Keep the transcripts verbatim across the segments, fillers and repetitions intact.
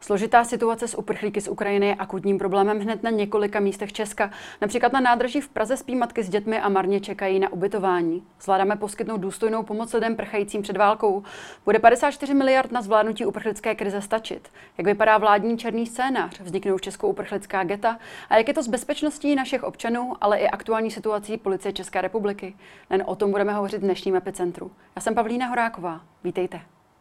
Složitá situace s uprchlíky z Ukrajiny je akutním problémem hned na několika místech Česka. Například na nádraží v Praze spí matky s dětmi a marně čekají na ubytování. Zvládáme poskytnout důstojnou pomoc lidem prchajícím před válkou. Bude padesát čtyři miliard na zvládnutí uprchlické krize stačit? Jak vypadá vládní černý scénář? Vzniknou v Česku uprchlická geta? A jak je to s bezpečností našich občanů, ale i aktuální situací Policie České republiky? Jen o tom budeme hovořit v dnešním Epicentru. Já jsem Pavlína Horáková. Vítejte.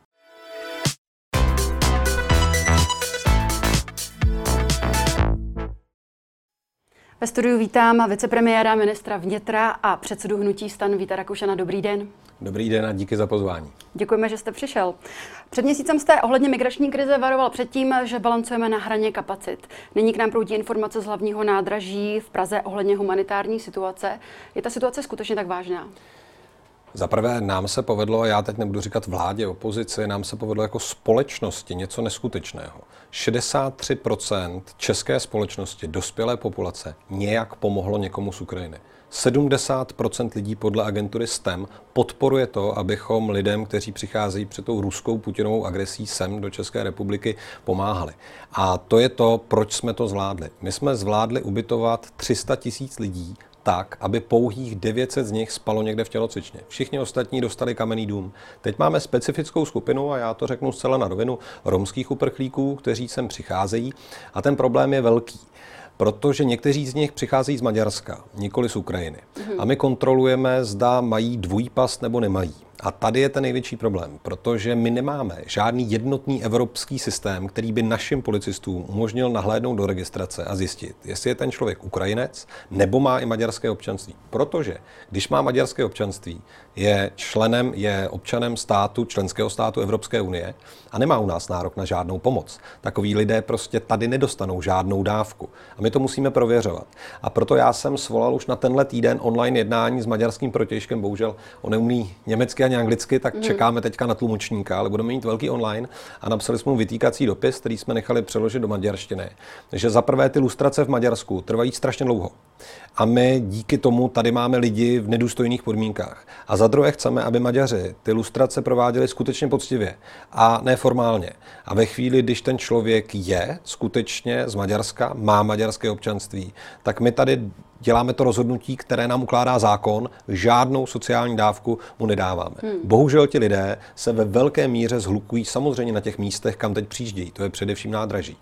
Ve studiu vítám vicepremiéra, ministra vnitra a předsedu hnutí STAN Víta Rakušana. Dobrý den. Dobrý den a díky za pozvání. Děkujeme, že jste přišel. Před měsícem jste ohledně migrační krize varoval před tím, že balancujeme na hraně kapacit. Nyní k nám proudí informace z hlavního nádraží v Praze ohledně humanitární situace. Je ta situace skutečně tak vážná? Za prvé, nám se povedlo, a já teď nebudu říkat vládě, opozici, nám se povedlo jako společnosti něco neskutečného. šedesát tři procent české společnosti, dospělé populace, nějak pomohlo někomu z Ukrajiny. sedmdesát procent lidí podle agentury STEM podporuje to, abychom lidem, kteří přicházejí před tou ruskou Putinovou agresí sem do České republiky, pomáhali. A to je to, proč jsme to zvládli. My jsme zvládli ubytovat tři sta tisíc lidí tak, aby pouhých devět set z nich spalo někde v tělocvičně. Všichni ostatní dostali kamenný dům. Teď máme specifickou skupinu, a já to řeknu zcela na rovinu, romských uprchlíků, kteří sem přicházejí. A ten problém je velký, protože někteří z nich přicházejí z Maďarska, nikoli z Ukrajiny. Mm. A my kontrolujeme, zda mají dvojí pas nebo nemají. A tady je ten největší problém, protože my nemáme žádný jednotný evropský systém, který by našim policistům umožnil nahlédnout do registrace a zjistit, jestli je ten člověk Ukrajinec nebo má i maďarské občanství. Protože když má maďarské občanství, je členem, je občanem státu, členského státu Evropské unie a nemá u nás nárok na žádnou pomoc. Takoví lidé prostě tady nedostanou žádnou dávku. A my to musíme prověřovat. A proto já jsem svolal už na tenhle týden online jednání s maďarským protějškem, bohužel on neumí německy ani anglicky, tak čekáme teďka na tlumočníka, ale budeme mít velký online a napsali jsme mu vytýkací dopis, který jsme nechali přeložit do maďarštiny. Takže za prvé ty lustrace v Maďarsku trvají strašně dlouho. A my díky tomu tady máme lidi v nedůstojných podmínkách. A za druhé chceme, aby Maďaři ty lustrace prováděli skutečně poctivě a neformálně. A ve chvíli, když ten člověk je skutečně z Maďarska, má maďarské občanství, tak my tady děláme to rozhodnutí, které nám ukládá zákon, žádnou sociální dávku mu nedáváme. Hmm. Bohužel ti lidé se ve velké míře zhlukují samozřejmě na těch místech, kam teď přijíždějí. To je především nádraží.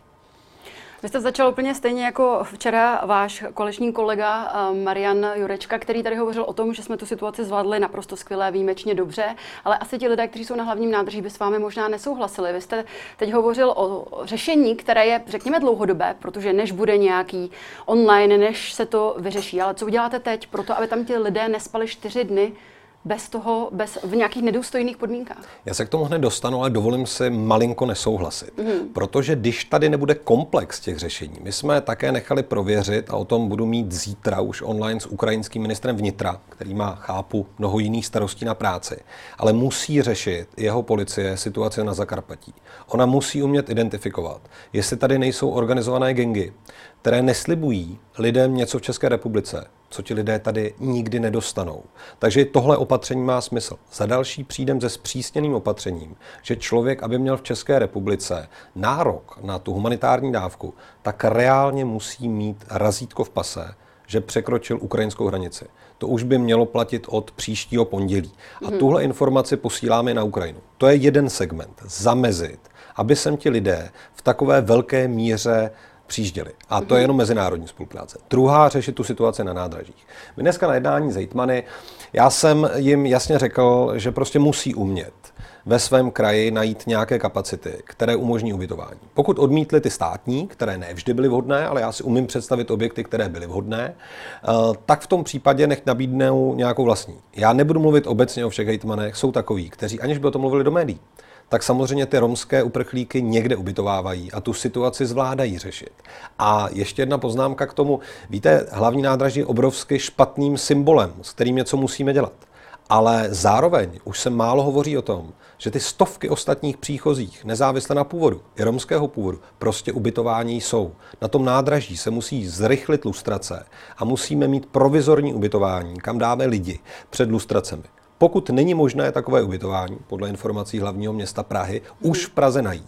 Vy jste začal úplně stejně jako včera váš koaliční kolega Marian Jurečka, který tady hovořil o tom, že jsme tu situaci zvládli naprosto skvěle, výjimečně dobře, ale asi ti lidé, kteří jsou na hlavním nádraží, by s vámi možná nesouhlasili. Vy jste teď hovořil o řešení, které je, řekněme, dlouhodobé, protože než bude nějaký online, než se to vyřeší. Ale co uděláte teď pro to, aby tam ti lidé nespali čtyři dny bez toho, bez, v nějakých nedůstojných podmínkách? Já se k tomu hned dostanu, ale dovolím si malinko nesouhlasit. Mm. Protože když tady nebude komplex těch řešení, my jsme také nechali prověřit, a o tom budu mít zítra už online s ukrajinským ministrem vnitra, který má, chápu, mnoho jiných starostí na práci, ale musí řešit jeho policie situaci na Zakarpatí. Ona musí umět identifikovat, jestli tady nejsou organizované gangy, které neslibují lidem něco v České republice, co ti lidé tady nikdy nedostanou. Takže tohle opatření má smysl. Za další přijdem se zpřísněným opatřením, že člověk, aby měl v České republice nárok na tu humanitární dávku, tak reálně musí mít razítko v pase, že překročil ukrajinskou hranici. To už by mělo platit od příštího pondělí. A hmm. tuhle informaci posíláme na Ukrajinu. To je jeden segment. Zamezit, aby sem ti lidé v takové velké míře přijížděli. A to je jenom mezinárodní spolupráce. Druhá, řešit tu situaci na nádražích. My dneska na jednání s hejtmany, já jsem jim jasně řekl, že prostě musí umět ve svém kraji najít nějaké kapacity, které umožní ubytování. Pokud odmítli ty státní, které ne vždy byly vhodné, ale já si umím představit objekty, které byly vhodné, tak v tom případě nech nabídnou nějakou vlastní. Já nebudu mluvit obecně o všech hejtmanech, jsou takoví, kteří aniž by o tom mluvili do médií, tak samozřejmě ty romské uprchlíky někde ubytovávají a tu situaci zvládají řešit. A ještě jedna poznámka k tomu. Víte, hlavní nádraží je obrovsky špatným symbolem, s kterým něco musíme dělat. Ale zároveň už se málo hovoří o tom, že ty stovky ostatních příchozích, nezávisle na původu, i romského původu, prostě ubytování jsou. Na tom nádraží se musí zrychlit lustrace a musíme mít provizorní ubytování, kam dáme lidi před lustracemi. Pokud není možné takové ubytování, podle informací hlavního města Prahy, už v Praze najít,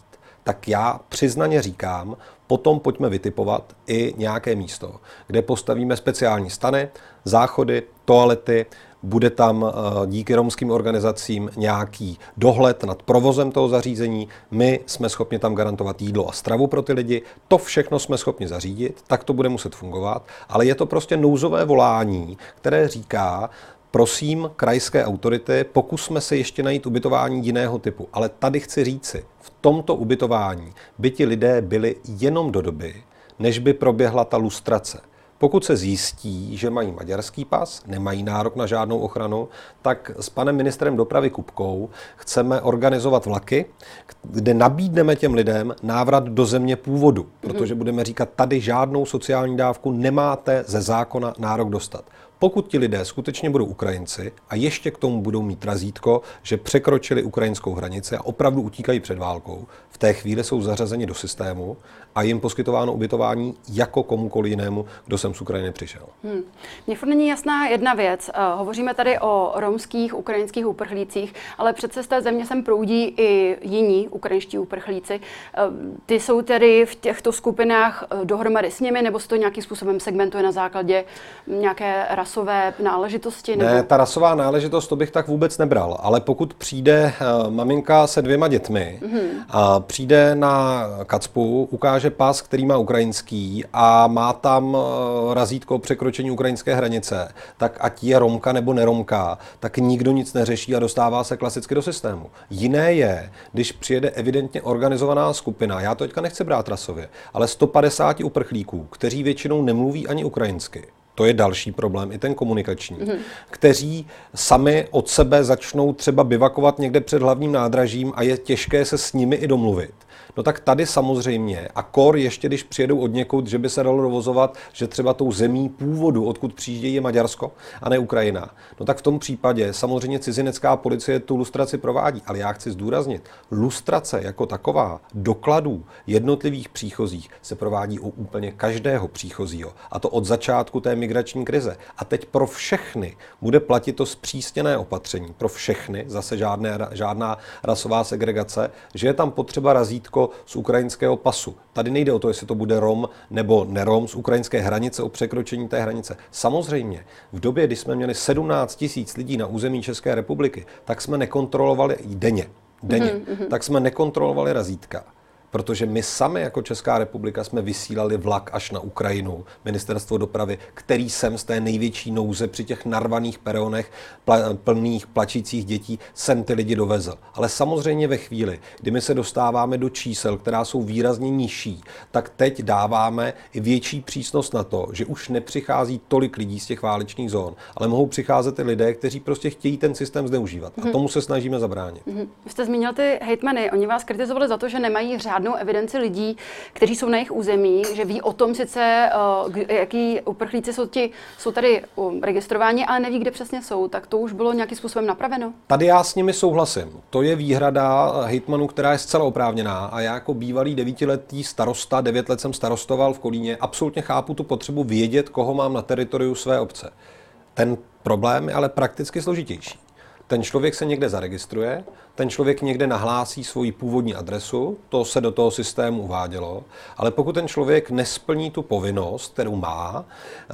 tak já přiznaně říkám, potom pojďme vytipovat i nějaké místo, kde postavíme speciální stany, záchody, toalety, bude tam díky romským organizacím nějaký dohled nad provozem toho zařízení, my jsme schopni tam garantovat jídlo a stravu pro ty lidi, to všechno jsme schopni zařídit, tak to bude muset fungovat, ale je to prostě nouzové volání, které říká, prosím krajské autority, pokusme se ještě najít ubytování jiného typu, ale tady chci říci, v tomto ubytování by ti lidé byli jenom do doby, než by proběhla ta lustrace. Pokud se zjistí, že mají maďarský pas, nemají nárok na žádnou ochranu, tak s panem ministrem dopravy Kupkou chceme organizovat vlaky, kde nabídneme těm lidem návrat do země původu, protože budeme říkat, tady žádnou sociální dávku nemáte ze zákona nárok dostat. Pokud ti lidé skutečně budou Ukrajinci a ještě k tomu budou mít razítko, že překročili ukrajinskou hranici a opravdu utíkají před válkou, v té chvíli jsou zařazeni do systému a jim poskytováno ubytování jako komukoliv jinému, kdo sem z Ukrajiny přišel. Hmm. Mně furt není jasná jedna věc. Uh, hovoříme tady o romských, ukrajinských uprchlících, ale přece z té země sem proudí i jiní ukrajinští uprchlíci. Uh, ty jsou tedy v těchto skupinách uh, dohromady s nimi, nebo se to nějakým způsobem segmentuje na základě nějaké rasové náležitosti? Nebo... Ne, ta rasová náležitost, to bych tak vůbec nebral, ale pokud přijde uh, maminka se dvěma dětmi hmm. a přijde na Kacpu, ukáže pas, který má ukrajinský a má tam razítko o překročení ukrajinské hranice, tak ať je Romka nebo neromka, tak nikdo nic neřeší a dostává se klasicky do systému. Jiné je, když přijede evidentně organizovaná skupina, já to teďka nechci brát rasově, ale sto padesát uprchlíků, kteří většinou nemluví ani ukrajinsky. To je další problém, i ten komunikační, mm. kteří sami od sebe začnou třeba bivakovat někde před hlavním nádražím a je těžké se s nimi i domluvit. No tak tady samozřejmě, a kor ještě, když přijedou od někud, že by se dalo dovozovat, že třeba tou zemí původu, odkud přijíždějí, je Maďarsko a ne Ukrajina. No tak v tom případě samozřejmě cizinecká policie tu lustraci provádí, ale já chci zdůraznit, lustrace jako taková dokladů jednotlivých příchozích se provádí u úplně každého příchozího, a to od začátku té migrační krize. A teď pro všechny bude platit to zpřísněné opatření, pro všechny, zase žádné, žádná rasová segregace, že je tam potřeba razítko z ukrajinského pasu. Tady nejde o to, jestli to bude Rom nebo nerom z ukrajinské hranice o překročení té hranice. Samozřejmě, v době, kdy jsme měli sedmnáct tisíc lidí na území České republiky, tak jsme nekontrolovali denně, denně, mm-hmm. tak jsme nekontrolovali razítka. Protože my sami jako Česká republika jsme vysílali vlak až na Ukrajinu, ministerstvo dopravy, který sem z té největší nouze při těch narvaných peronech pl- plných plačících dětí sem ty lidi dovezl. Ale samozřejmě ve chvíli, kdy my se dostáváme do čísel, která jsou výrazně nižší, tak teď dáváme i větší přísnost na to, že už nepřichází tolik lidí z těch válečných zón, ale mohou přicházet i lidé, kteří prostě chtějí ten systém zneužívat. A tomu se snažíme zabránit. Mm-hmm. Vy jste zmínil ty hejtmany, oni vás kritizovali za to, že nemají řádnou evidenci lidí, kteří jsou na jejich území, že ví o tom sice, uh, jaký uprchlíci jsou, ti, jsou tady uh, registrováni, ale neví, kde přesně jsou. Tak to už bylo nějakým způsobem napraveno? Tady já s nimi souhlasím. To je výhrada hejtmanů, která je zcela oprávněná. A já jako bývalý devítiletý starosta, devět let jsem starostoval v Kolíně, absolutně chápu tu potřebu vědět, koho mám na teritoriu své obce. Ten problém je ale prakticky složitější. Ten člověk se někde zaregistruje, ten člověk někde nahlásí svoji původní adresu, to se do toho systému uvádělo, ale pokud ten člověk nesplní tu povinnost, kterou má,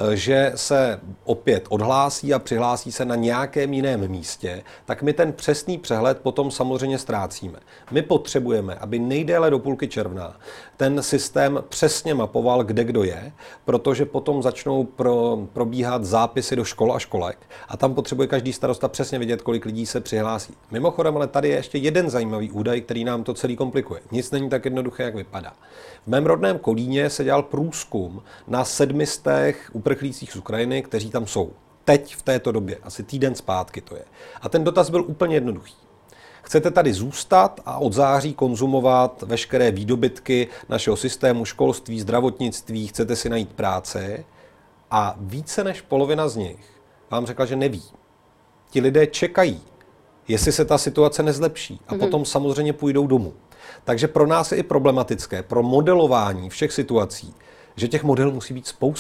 že se opět odhlásí a přihlásí se na nějakém jiném místě, tak my ten přesný přehled potom samozřejmě ztrácíme. My potřebujeme, aby nejdéle do půlky června ten systém přesně mapoval, kde kdo je, protože potom začnou pro, probíhat zápisy do škol a školek a tam potřebuje každý starosta přesně vědět, kolik lidí se přihlásí. Mimochodem, ale tady je ještě jeden zajímavý údaj, který nám to celý komplikuje. Nic není tak jednoduché, jak vypadá. V mém rodném Kolíně se dělal průzkum na sedmistech uprchlících z Ukrajiny, kteří tam jsou. Teď v této době, asi týden zpátky to je. A ten dotaz byl úplně jednoduchý. Chcete tady zůstat a od září konzumovat veškeré výdobytky našeho systému školství, zdravotnictví, chcete si najít práci? A více než polovina z nich vám řekla, že neví. Ti lidé čekají, jestli se ta situace nezlepší a mm-hmm. potom samozřejmě půjdou domů. Takže pro nás je i problematické, pro modelování všech situací, že těch modelů musí být spousta.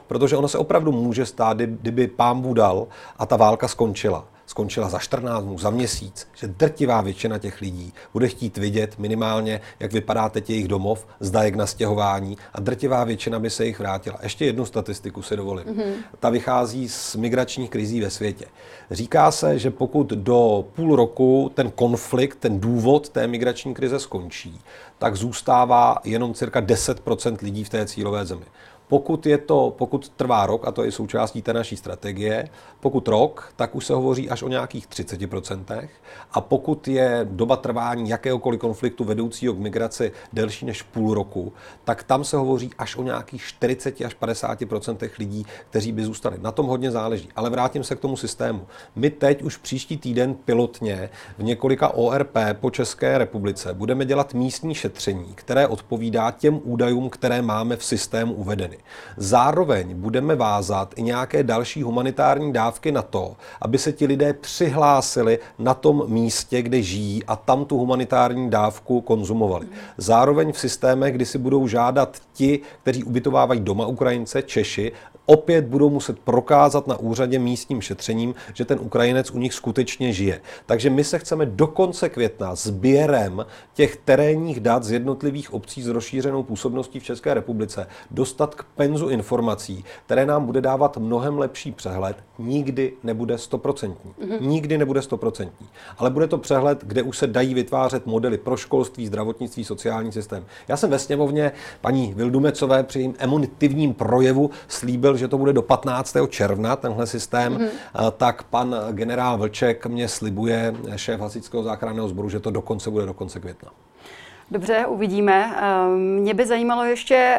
protože ono se opravdu může stát, kdyby pán Bůh dal a ta válka skončila. Skončila za čtrnáct dnů, za měsíc, že drtivá většina těch lidí bude chtít vidět minimálně, jak vypadá teď jejich domov, zda je k nastěhování a drtivá většina by se jich vrátila. Ještě jednu statistiku si dovolím. Mm-hmm. Ta vychází z migračních krizí ve světě. Říká se, že pokud do půl roku ten konflikt, ten důvod té migrační krize skončí, tak zůstává jenom cirka deset procent lidí v té cílové zemi. Pokud, je to, pokud trvá rok, a to je součástí té naší strategie, pokud rok, tak už se hovoří až o nějakých třiceti procentech. A pokud je doba trvání jakéhokoliv konfliktu vedoucího k migraci delší než půl roku, tak tam se hovoří až o nějakých čtyřiceti až padesáti procentech lidí, kteří by zůstali. Na tom hodně záleží. Ale vrátím se k tomu systému. My teď už příští týden pilotně v několika O R P po České republice budeme dělat místní šetření, které odpovídá těm údajům, které máme v systému uvedeny. Zároveň budeme vázat i nějaké další humanitární dávky na to, aby se ti lidé přihlásili na tom místě, kde žijí a tam tu humanitární dávku konzumovali. Zároveň v systémech, kdy si budou žádat ti, kteří ubytovávají doma Ukrajince, Češi, opět budou muset prokázat na úřadě místním šetřením, že ten Ukrajinec u nich skutečně žije. Takže my se chceme do konce května sběrem těch terénních dat z jednotlivých obcí s rozšířenou působností v České republice dostat k penzu informací, které nám bude dávat mnohem lepší přehled. Nikdy nebude stoprocentní. Mm-hmm. Nikdy nebude stoprocentní. Ale bude to přehled, kde už se dají vytvářet modely pro školství, zdravotnictví, sociální systém. Já jsem ve sněmovně paní Vildumecové při jejím emotivním projevu slíbil, že to bude do patnáctého června, tenhle systém, mm-hmm. tak pan generál Vlček mě slibuje, šéf hasičského záchranného sboru, že to dokonce bude do konce května. Dobře, uvidíme. Mě by zajímalo ještě,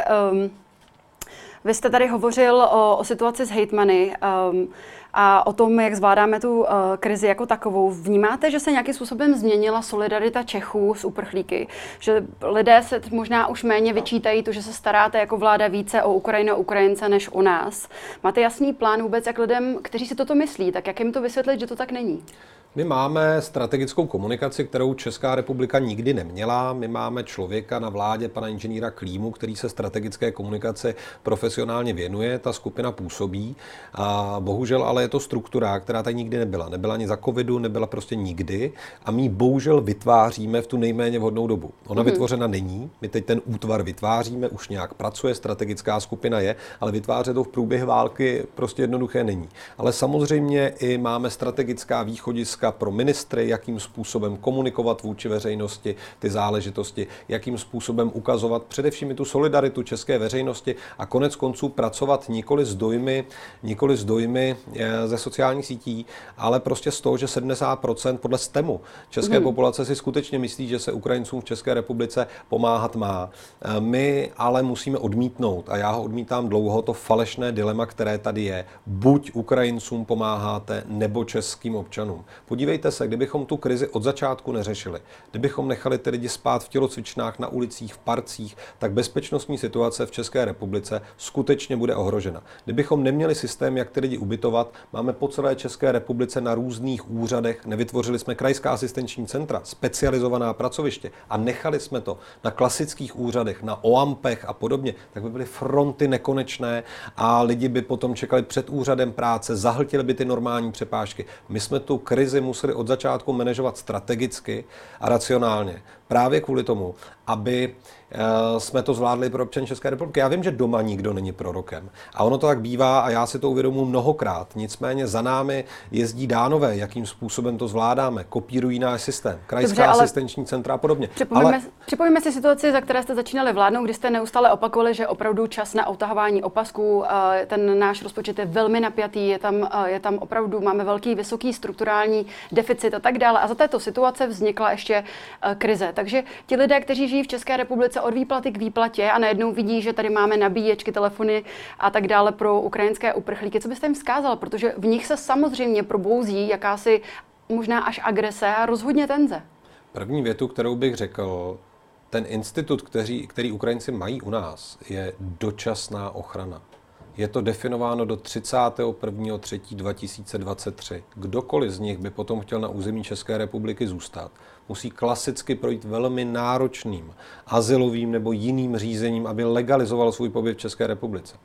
vy jste tady hovořil o, o situaci s hejtmany a o tom, jak zvládáme tu uh, krizi jako takovou. Vnímáte, že se nějakým způsobem změnila solidarita Čechů s uprchlíky? Že lidé se možná už méně vyčítají to, že se staráte jako vláda více o Ukrajinu a Ukrajince než o nás. Máte jasný plán vůbec, jak lidem, kteří si toto myslí, tak jak jim to vysvětlit, že to tak není? My máme strategickou komunikaci, kterou Česká republika nikdy neměla. My máme člověka na vládě, pana inženýra Klímu, který se strategické komunikaci profesionálně věnuje. Ta skupina působí. A bohužel ale je to struktura, která tady nikdy nebyla. Nebyla ani za covidu, nebyla prostě nikdy. A my ji bohužel vytváříme v tu nejméně vhodnou dobu. Ona mm-hmm. vytvořena není. My teď ten útvar vytváříme, už nějak pracuje, strategická skupina je, ale vytvářet to v průběhu války prostě jednoduché není. Ale samozřejmě i máme strategická východiska pro ministry, jakým způsobem komunikovat vůči veřejnosti ty záležitosti, jakým způsobem ukazovat především i tu solidaritu české veřejnosti a konec konců pracovat nikoli s dojmy, nikoli s dojmy ze sociálních sítí, ale prostě z toho, že sedmdesát procent podle STEMu české mm. populace si skutečně myslí, že se Ukrajincům v České republice pomáhat má. My ale musíme odmítnout, a já ho odmítám dlouho, to falešné dilema, které tady je. Buď Ukrajincům pomáháte, nebo českým občanům. Podívejte se, kdybychom tu krizi od začátku neřešili, kdybychom nechali ty lidi spát v tělocvičnách, na ulicích, v parcích, tak bezpečnostní situace v České republice skutečně bude ohrožena. Kdybychom neměli systém, jak ty lidi ubytovat, máme po celé České republice na různých úřadech, nevytvořili jsme krajská asistenční centra, specializovaná pracoviště a nechali jsme to na klasických úřadech, na OAMPech a podobně, tak by byly fronty nekonečné a lidi by potom čekali před úřadem práce, zahltili by ty normální přepážky. My jsme tu krizi museli od začátku manažovat strategicky a racionálně. Právě kvůli tomu, aby jsme to zvládli pro občany České republiky. Já vím, že doma nikdo není prorokem. A ono to tak bývá a já si to uvědomuji mnohokrát. Nicméně za námi jezdí Dánové, jakým způsobem to zvládáme. Kopírují náš systém. Krajská Dobře, asistenční centra a podobně. Připomeňme, ale... připomeňme si situaci, za které jste začínali vládnout, kdy jste neustále opakovali, že opravdu čas na utahování opasků. Ten náš rozpočet je velmi napjatý, je tam, je tam opravdu, máme velký, vysoký strukturální deficit a tak dále. A za této situace vznikla ještě krize. Takže ti lidé, kteří žijí v České republice od výplaty k výplatě a najednou vidí, že tady máme nabíječky, telefony a tak dále pro ukrajinské uprchlíky. Co byste jim vzkázal? Protože v nich se samozřejmě probouzí jakási možná až agrese a rozhodně tenze. První větu, kterou bych řekl, ten institut, který, který Ukrajinci mají u nás, je dočasná ochrana. Je to definováno do třicátého prvního třetího dva tisíce dvacet tři. Kdokoliv z nich by potom chtěl na území České republiky zůstat, musí klasicky projít velmi náročným azylovým nebo jiným řízením, aby legalizoval svůj pobyt v České republice.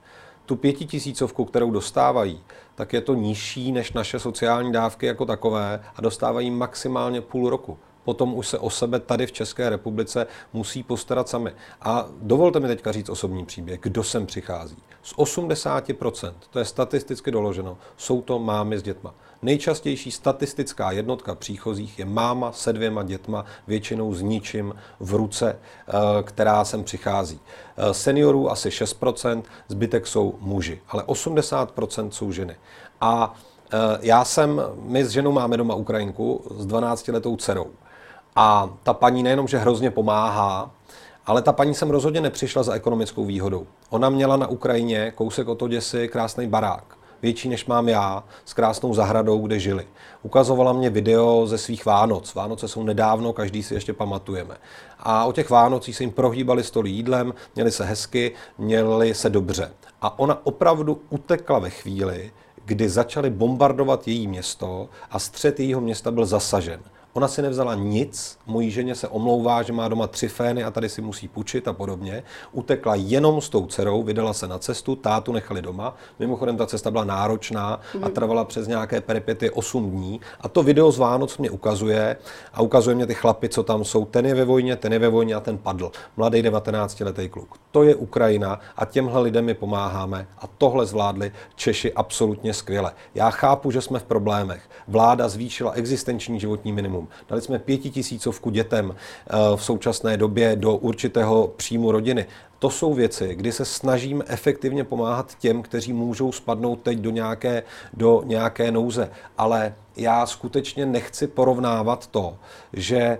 tu pětitisícovku, kterou dostávají, tak je to nižší než naše sociální dávky jako takové a dostávají maximálně půl roku. Potom už se o sebe tady v České republice musí postarat sami. A dovolte mi teďka říct osobní příběh, kdo sem přichází. Z osmdesát procent, to je statisticky doloženo, jsou to mámy s dětma. Nejčastější statistická jednotka příchozích je máma se dvěma dětma, většinou s ničím v ruce, která sem přichází. Seniorů asi šest procent, zbytek jsou muži, ale osmdesát procent jsou ženy. A já jsem, my s ženou máme doma Ukrajinku s dvanáctiletou dcerou. A ta paní nejenom, že hrozně pomáhá, ale ta paní sem rozhodně nepřišla za ekonomickou výhodou. Ona měla na Ukrajině kousek od Oděsy krásný barák, větší než mám já, s krásnou zahradou, kde žili. Ukazovala mě video ze svých Vánoc. Vánoce jsou nedávno, každý si ještě pamatujeme. A o těch Vánocích se jim prohýbali stoly jídlem, měli se hezky, měli se dobře. A ona opravdu utekla ve chvíli, kdy začali bombardovat její město a střed jejího města byl zasažen. Ona si nevzala nic, mojí ženě se omlouvá, že má doma tři fény a tady si musí půjčit a podobně. Utekla jenom s tou dcerou, vydala se na cestu, tátu nechali doma. Mimochodem ta cesta byla náročná a trvala přes nějaké peripety osm dní. A to video z Vánoc mě ukazuje a ukazuje mě ty chlapy, co tam jsou. Ten je ve vojně, ten je ve vojně a ten padl. Mladý devatenáctiletý kluk. To je Ukrajina a těmhle lidem my pomáháme a tohle zvládli Češi absolutně skvěle. Já chápu, že jsme v problémech. Vláda zvýšila existenční životní minimum. Dali jsme pětitisícovku dětem v současné době do určitého příjmu rodiny. To jsou věci, kdy se snažíme efektivně pomáhat těm, kteří můžou spadnout teď do nějaké, do nějaké nouze. Ale já skutečně nechci porovnávat to, že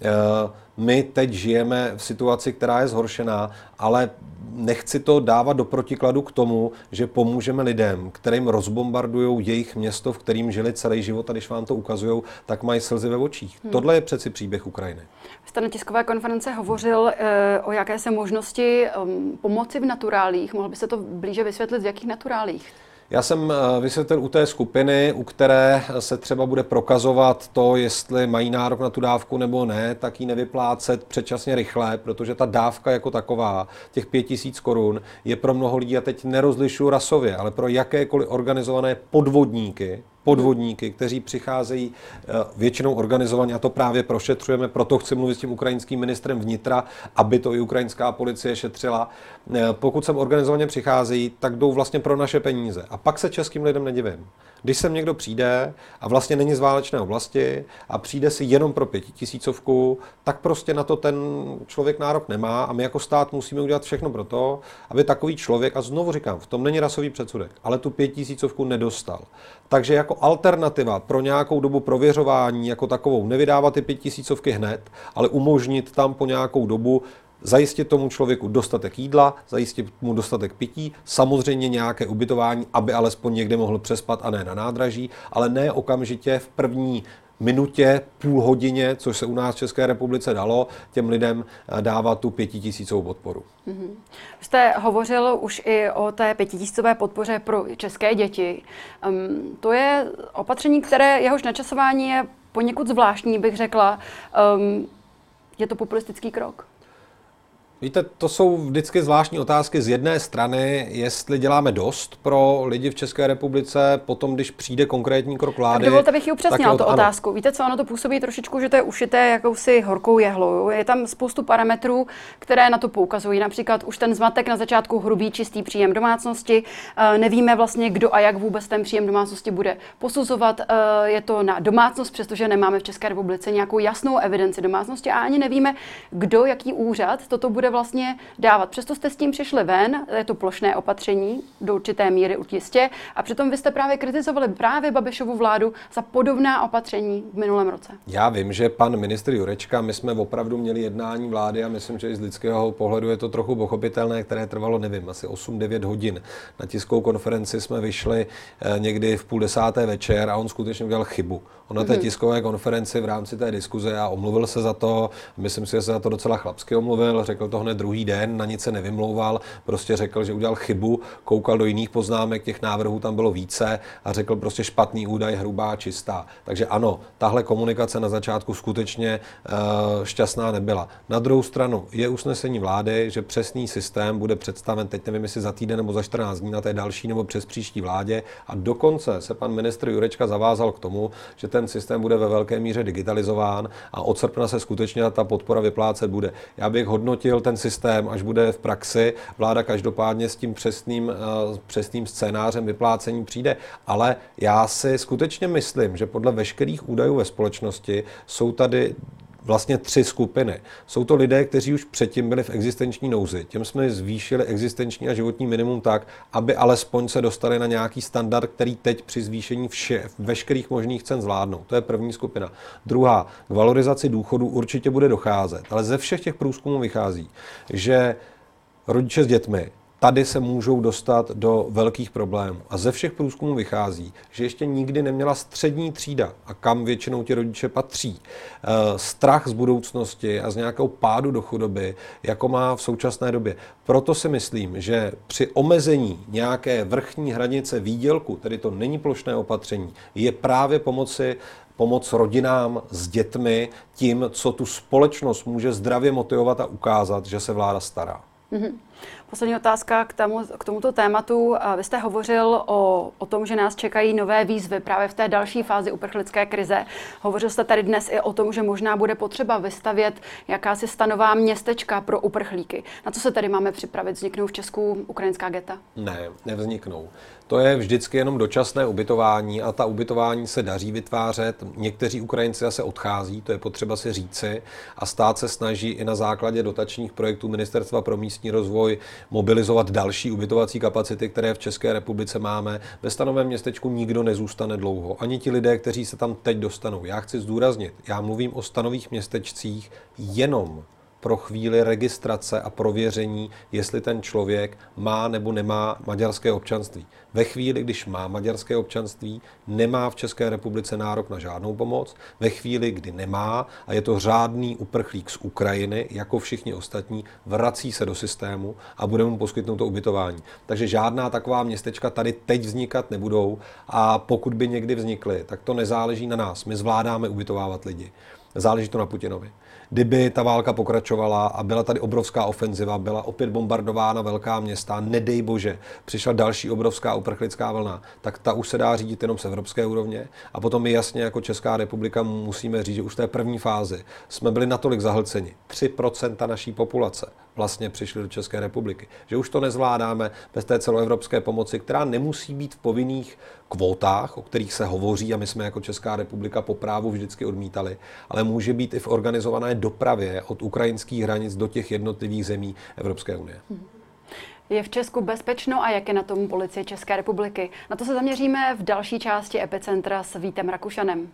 my teď žijeme v situaci, která je zhoršená, ale nechci to dávat do protikladu k tomu, že pomůžeme lidem, kterým rozbombardují jejich město, v kterým žili celý život a když vám to ukazujou, tak mají slzy ve očích. Hmm. Tohle je přeci příběh Ukrajiny. Vy jste na tiskové konference hovořil e, o jakési možnosti um, pomoci v naturálích. Mohl byste to blíže vysvětlit, v jakých naturálích? Já jsem vysvětlil u té skupiny, u které se třeba bude prokazovat to, jestli mají nárok na tu dávku nebo ne, tak ji nevyplácet předčasně rychle, protože ta dávka jako taková, těch pět tisíc korun, je pro mnoho lidí, a teď nerozlišuju rasově, ale pro jakékoliv organizované podvodníky, podvodníky, kteří přicházejí většinou organizovaně a to právě prošetřujeme, proto chci mluvit s tím ukrajinským ministrem vnitra, aby to i ukrajinská policie šetřila. Pokud sem organizovaně přicházejí, tak jdou vlastně pro naše peníze. A pak se českým lidem nedivím. Když sem někdo přijde a vlastně není z válečné oblasti a přijde si jenom pro pětitisícovku, tak prostě na to ten člověk nárok nemá a my jako stát musíme udělat všechno pro to, aby takový člověk, a znovu říkám, v tom není rasový předsudek, ale tu pětitisícovku nedostal. Takže jako alternativa pro nějakou dobu prověřování jako takovou nevydávat ty pětitisícovky hned, ale umožnit tam po nějakou dobu zajistit tomu člověku dostatek jídla, zajistit mu dostatek pití, samozřejmě nějaké ubytování, aby alespoň někde mohl přespat a ne na nádraží, ale ne okamžitě v první minutě, půl hodině, což se u nás v České republice dalo, těm lidem dávat tu pětitisícovou podporu. Mm-hmm. Jste hovořil už i o té pětitisícové podpoře pro české děti. Um, to je opatření, které jehož načasování je poněkud zvláštní, bych řekla. Um, je to populistický krok? Víte, to jsou vždycky zvláštní otázky z jedné strany, jestli děláme dost pro lidi v České republice, potom, když přijde konkrétní krok vlády. Tak dovolte, bych ji upřesnila, tu otázku. Víte co, ono to působí trošičku, že to je ušité jakousi horkou jehlou. Je tam spoustu parametrů, které na to poukazují. Například už ten zmatek na začátku hrubý čistý příjem domácnosti. Nevíme vlastně, kdo a jak vůbec ten příjem domácnosti bude posuzovat. Je to na domácnost, přestože nemáme v České republice nějakou jasnou evidenci domácnosti a ani nevíme, kdo, jaký úřad toto bude vlastně dávat. Přesto jste s tím přišli ven, je to plošné opatření, do určité míry jistě, a přitom vy jste právě kritizovali právě Babišovu vládu za podobná opatření v minulém roce. Já vím, že pan ministr Jurečka, my jsme opravdu měli jednání vlády a myslím, že i z lidského pohledu je to trochu pochopitelné, které trvalo, nevím, asi osm devět hodin. Na tiskovou konferenci jsme vyšli někdy v půl desáté večer a on skutečně udělal chybu. On na té tiskové konferenci v rámci té diskuze a omluvil se za to, myslím si, že se za to docela chlapsky omluvil, řekl to to hned druhý den, na nic se nevymlouval, prostě řekl, že udělal chybu, koukal do jiných poznámek, těch návrhů tam bylo více a řekl prostě špatný údaj, hrubá, čistá. Takže ano, tahle komunikace na začátku skutečně uh, šťastná nebyla. Na druhou stranu je usnesení vlády, že přesný systém bude představen, teď nevím, jestli za týden nebo za čtrnáct dní na té další nebo přes příští vládě, a dokonce se pan ministr Jurečka zavázal k tomu, že ten systém bude ve velké míře digitalizován a od srpna se skutečně ta podpora vyplácet bude. Já bych hodnotil ten systém, až bude v praxi. Vláda každopádně s tím přesným, uh, přesným scénářem vyplácení přijde, ale já si skutečně myslím, že podle veškerých údajů ve společnosti jsou tady vlastně tři skupiny. Jsou to lidé, kteří už předtím byli v existenční nouzi. Těm jsme zvýšili existenční a životní minimum tak, aby alespoň se dostali na nějaký standard, který teď při zvýšení vše, veškerých možných cen zvládnou. To je první skupina. Druhá, k valorizaci důchodů určitě bude docházet, ale ze všech těch průzkumů vychází, že rodiče s dětmi tady se můžou dostat do velkých problémů. A ze všech průzkumů vychází, že ještě nikdy neměla střední třída, a kam většinou ti rodiče patří, strach z budoucnosti a z nějakého pádu do chudoby, jako má v současné době. Proto si myslím, že při omezení nějaké vrchní hranice výdělku, tedy to není plošné opatření, je právě pomoci pomoc rodinám s dětmi tím, co tu společnost může zdravě motivovat a ukázat, že se vláda stará. Mm-hmm. Poslední otázka k, tomu, k tomuto tématu. Vy jste hovořil o, o tom, že nás čekají nové výzvy právě v té další fázi uprchlické krize. Hovořil jste tady dnes i o tom, že možná bude potřeba vystavět jakási stanová městečka pro uprchlíky. Na co se tady máme připravit? Vzniknou v Česku ukrajinská geta? Ne, nevzniknou. To je vždycky jenom dočasné ubytování a ta ubytování se daří vytvářet. Někteří Ukrajinci zase odchází, to je potřeba si říci, a stát se snaží i na základě dotačních projektů Ministerstva pro místní rozvoj mobilizovat další ubytovací kapacity, které v České republice máme. Ve stanovém městečku nikdo nezůstane dlouho, ani ti lidé, kteří se tam teď dostanou. Já chci zdůraznit, já mluvím o stanových městečcích jenom pro chvíli registrace a prověření, jestli ten člověk má nebo nemá maďarské občanství. Ve chvíli, když má maďarské občanství, nemá v České republice nárok na žádnou pomoc. Ve chvíli, kdy nemá a je to řádný uprchlík z Ukrajiny, jako všichni ostatní, vrací se do systému a bude mu poskytnuto ubytování. Takže žádná taková městečka tady teď vznikat nebudou, a pokud by někdy vznikly, tak to nezáleží na nás. My zvládáme ubytovávat lidi. Záleží to na Putinovi. Kdyby ta válka pokračovala a byla tady obrovská ofenziva, byla opět bombardována velká města, nedej bože, přišla další obrovská uprchlická vlna, tak ta už se dá řídit jenom z evropské úrovně. A potom my jasně jako Česká republika musíme říct, že už v té první fázi jsme byli natolik zahlceni. tři procenta naší populace vlastně přišli do České republiky. Že už to nezvládáme bez té celoevropské pomoci, která nemusí být v povinných kvótách, o kterých se hovoří a my jsme jako Česká republika po právu vždycky odmítali, ale může být i v organizované dopravě od ukrajinských hranic do těch jednotlivých zemí Evropské unie. Je v Česku bezpečno a jak je na tom policie České republiky? Na to se zaměříme v další části Epicentra s Vítem Rakušanem.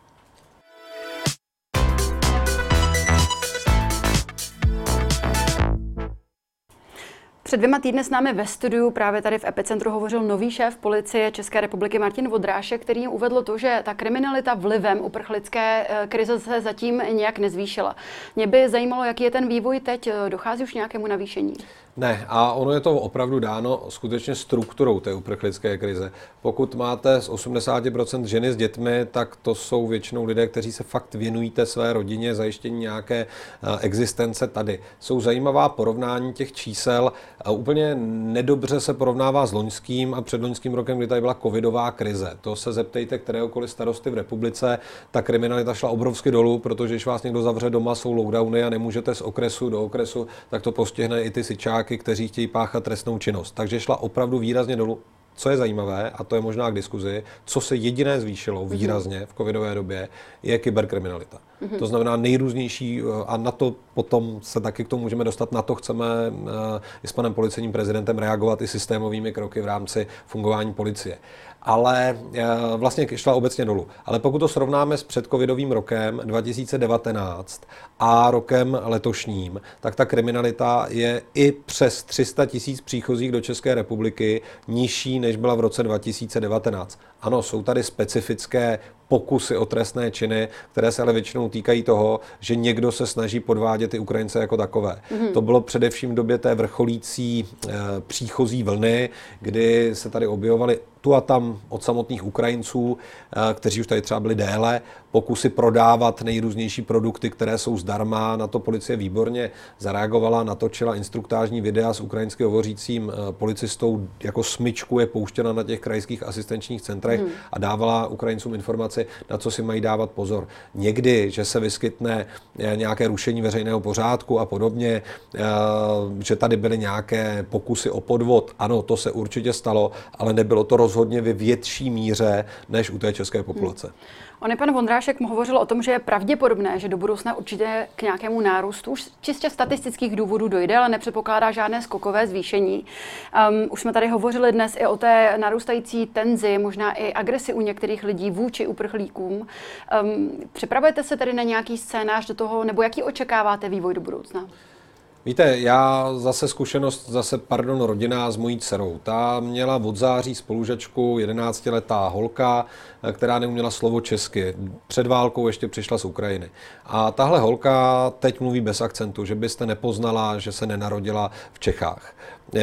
Před dvěma týdny s námi ve studiu právě tady v Epicentru hovořil nový šéf policie České republiky Martin Vondrášek, který uvedl to, že ta kriminalita vlivem uprchlické krize se zatím nějak nezvýšila. Mě by zajímalo, jaký je ten vývoj teď. Dochází už nějakému navýšení? Ne, a ono je to opravdu dáno skutečně strukturou té uprchlické krize. Pokud máte z osmdesát procent ženy s dětmi, tak to jsou většinou lidé, kteří se fakt věnují té své rodině, zajištění nějaké existence tady. Jsou zajímavá porovnání těch čísel. Úplně nedobře se porovnává s loňským a předloňským rokem, kdy tady byla covidová krize. To se zeptejte kteréhokoliv starosty v republice. Ta kriminalita šla obrovsky dolů, protože když vás někdo zavře doma, jsou lockdowny a nemůžete z okresu do okresu, tak to postihne i ty sičáky, kteří chtějí páchat trestnou činnost. Takže šla opravdu výrazně dolů. Co je zajímavé, a to je možná k diskuzi, co se jediné zvýšilo výrazně v covidové době, je kyberkriminalita. Mm-hmm. To znamená nejrůznější, a na to potom se taky k tomu můžeme dostat, na to chceme i s panem policejním prezidentem reagovat i systémovými kroky v rámci fungování policie. ale vlastně šla obecně dolů. Ale pokud to srovnáme s předcovidovým rokem dva tisíce devatenáct a rokem letošním, tak ta kriminalita je i přes tři sta tisíc příchozích do České republiky nižší, než byla v roce dva tisíce devatenáct. Ano, jsou tady specifické pokusy o trestné činy, které se ale většinou týkají toho, že někdo se snaží podvádět ty Ukrajince jako takové. Mm-hmm. To bylo především v době té vrcholící e, příchozí vlny, kdy se tady objevovaly tu a tam od samotných Ukrajinců, e, kteří už tady třeba byli déle, pokusy prodávat nejrůznější produkty, které jsou zdarma. Na to policie výborně zareagovala, natočila instruktážní videa s ukrajinsky hovořícím e, policistou, jako smyčku je pouštěna na těch krajských asistenčních centrech mm. a dávala Ukrajincům informaci, na co si mají dávat pozor. Někdy, že se vyskytne nějaké rušení veřejného pořádku a podobně, že tady byly nějaké pokusy o podvod. Ano, to se určitě stalo, ale nebylo to rozhodně ve větší míře než u té české populace. Hmm. On je pan Vondrášek hovořil o tom, že je pravděpodobné, že do budoucna určitě k nějakému nárůstu už čistě statistických důvodů dojde, ale nepředpokládá žádné skokové zvýšení. Um, už jsme tady hovořili dnes i o té narůstající tenzi, možná i agresi u některých lidí vůči uprchlíkům. Um, připravujete se tedy na nějaký scénář do toho, nebo jaký očekáváte vývoj do budoucna? Víte, já zase zkušenost, zase pardon, rodina s mojí dcerou. Ta měla od září spolužačku, jedenáctiletá holka, která neuměla slovo česky. Před válkou ještě přišla z Ukrajiny. A tahle holka teď mluví bez akcentu, že byste nepoznala, že se nenarodila v Čechách.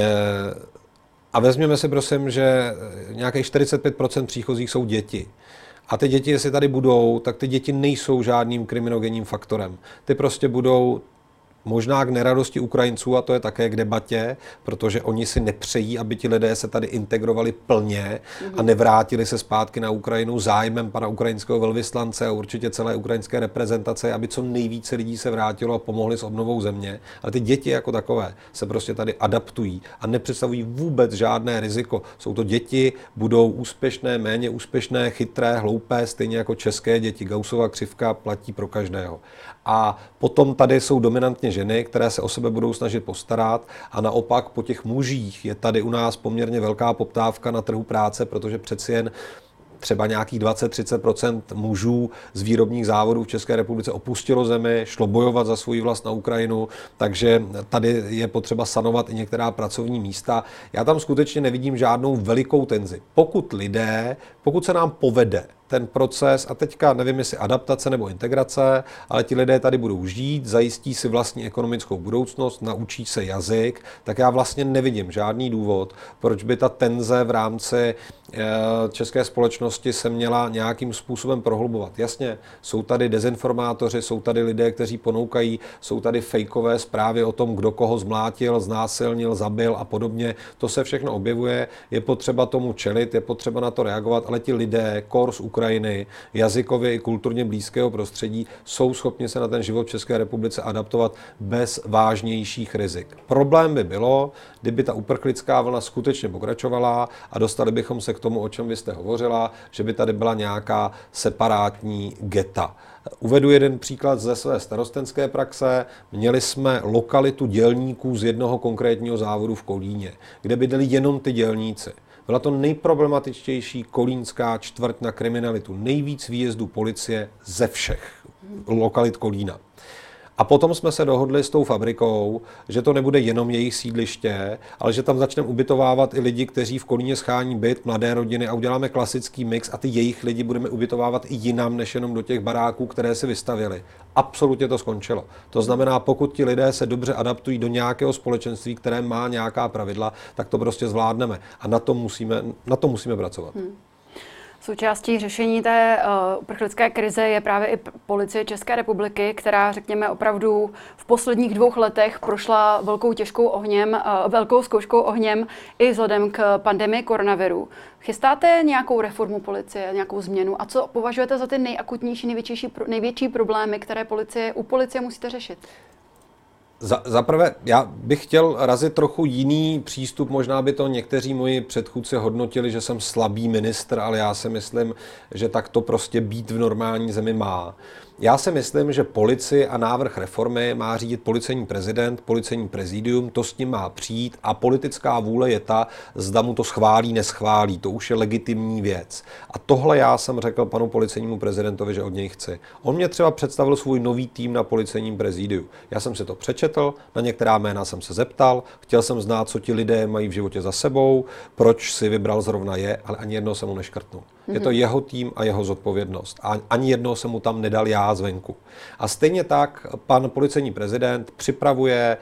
A vezměme si prosím, že nějakých čtyřicet pět procent příchozích jsou děti. A ty děti, jestli tady budou, tak ty děti nejsou žádným kriminogenním faktorem. Ty prostě budou možná k neradosti Ukrajinců, a to je také k debatě, protože oni si nepřejí, aby ti lidé se tady integrovali plně a nevrátili se zpátky na Ukrajinu. Zájmem pana ukrajinského velvyslance a určitě celé ukrajinské reprezentace, aby co nejvíce lidí se vrátilo a pomohli s obnovou země. Ale ty děti jako takové se prostě tady adaptují a nepředstavují vůbec žádné riziko. Jsou to děti, budou úspěšné, méně úspěšné, chytré, hloupé, stejně jako české děti. Gaussova křivka platí pro každého. A potom tady jsou dominantně ženy, které se o sebe budou snažit postarat, a naopak po těch mužích je tady u nás poměrně velká poptávka na trhu práce, protože přeci jen třeba nějakých dvacet až třicet procent mužů z výrobních závodů v České republice opustilo zemi, šlo bojovat za svou vlast na Ukrajinu, takže tady je potřeba sanovat i některá pracovní místa. Já tam skutečně nevidím žádnou velikou tenzi. Pokud lidé, pokud se nám povede ten proces, a teďka nevím, jestli adaptace nebo integrace, ale ti lidé tady budou žít, zajistí si vlastní ekonomickou budoucnost, naučí se jazyk, tak já vlastně nevidím žádný důvod, proč by ta tenze v rámci české společnosti se měla nějakým způsobem prohlubovat. Jasně, jsou tady dezinformátoři, jsou tady lidé, kteří ponoukají, jsou tady fejkové zprávy o tom, kdo koho zmlátil, znásilnil, zabil a podobně. To se všechno objevuje, je potřeba tomu čelit, je potřeba na to reagovat, ale ti lidé, kor z Ukrajiny, jazykově i kulturně blízkého prostředí, jsou schopni se na ten život v České republice adaptovat bez vážnějších rizik. Problém by bylo, kdyby ta uprchlická vlna skutečně pokračovala a dostali bychom se k tomu, o čem vy jste hovořila, že by tady byla nějaká separátní geta. Uvedu jeden příklad ze své starostenské praxe. Měli jsme lokalitu dělníků z jednoho konkrétního závodu v Kolíně, kde bydleli jenom ty dělníci. Byla to nejproblematičtější kolínská čtvrť na kriminalitu. Nejvíc výjezdů policie ze všech lokalit Kolína. A potom jsme se dohodli s tou fabrikou, že to nebude jenom jejich sídliště, ale že tam začneme ubytovávat i lidi, kteří v Kolíně schání byt, mladé rodiny, a uděláme klasický mix a ty jejich lidi budeme ubytovávat i jinam, než jenom do těch baráků, které si vystavěli. Absolutně to skončilo. To znamená, pokud ti lidé se dobře adaptují do nějakého společenství, které má nějaká pravidla, tak to prostě zvládneme. A na to musíme, na to musíme pracovat. Hmm. Součástí řešení té uh, uprchlické krize je právě i policie České republiky, která, řekněme, opravdu v posledních dvou letech prošla velkou těžkou ohněm, uh, velkou zkouškou ohněm i vzhledem k pandemii koronaviru. Chystáte nějakou reformu policie, nějakou změnu? A co považujete za ty nejakutnější, největší, největší problémy, které policie, u policie musíte řešit? Za, za prvé, já bych chtěl razit trochu jiný přístup, možná by to někteří moji předchůdci hodnotili, že jsem slabý ministr, ale já si myslím, že tak to prostě být v normální zemi má. Já si myslím, že policii a návrh reformy má řídit policejní prezident, policejní prezidium, to s ním má přijít a politická vůle je ta, zda mu to schválí, neschválí. To už je legitimní věc. A tohle já jsem řekl panu policejnímu prezidentovi, že od něj chci. On mě třeba představil svůj nový tým na policejním prezidiu. Já jsem si to přečetl, na některá jména jsem se zeptal, chtěl jsem znát, co ti lidé mají v životě za sebou, proč si vybral zrovna je, ale ani jednou jsem mu neškrtnul. Mm-hmm. Je to jeho tým a jeho zodpovědnost. A ani jednou jsem mu tam nedal já zvenku. A stejně tak pan policejní prezident připravuje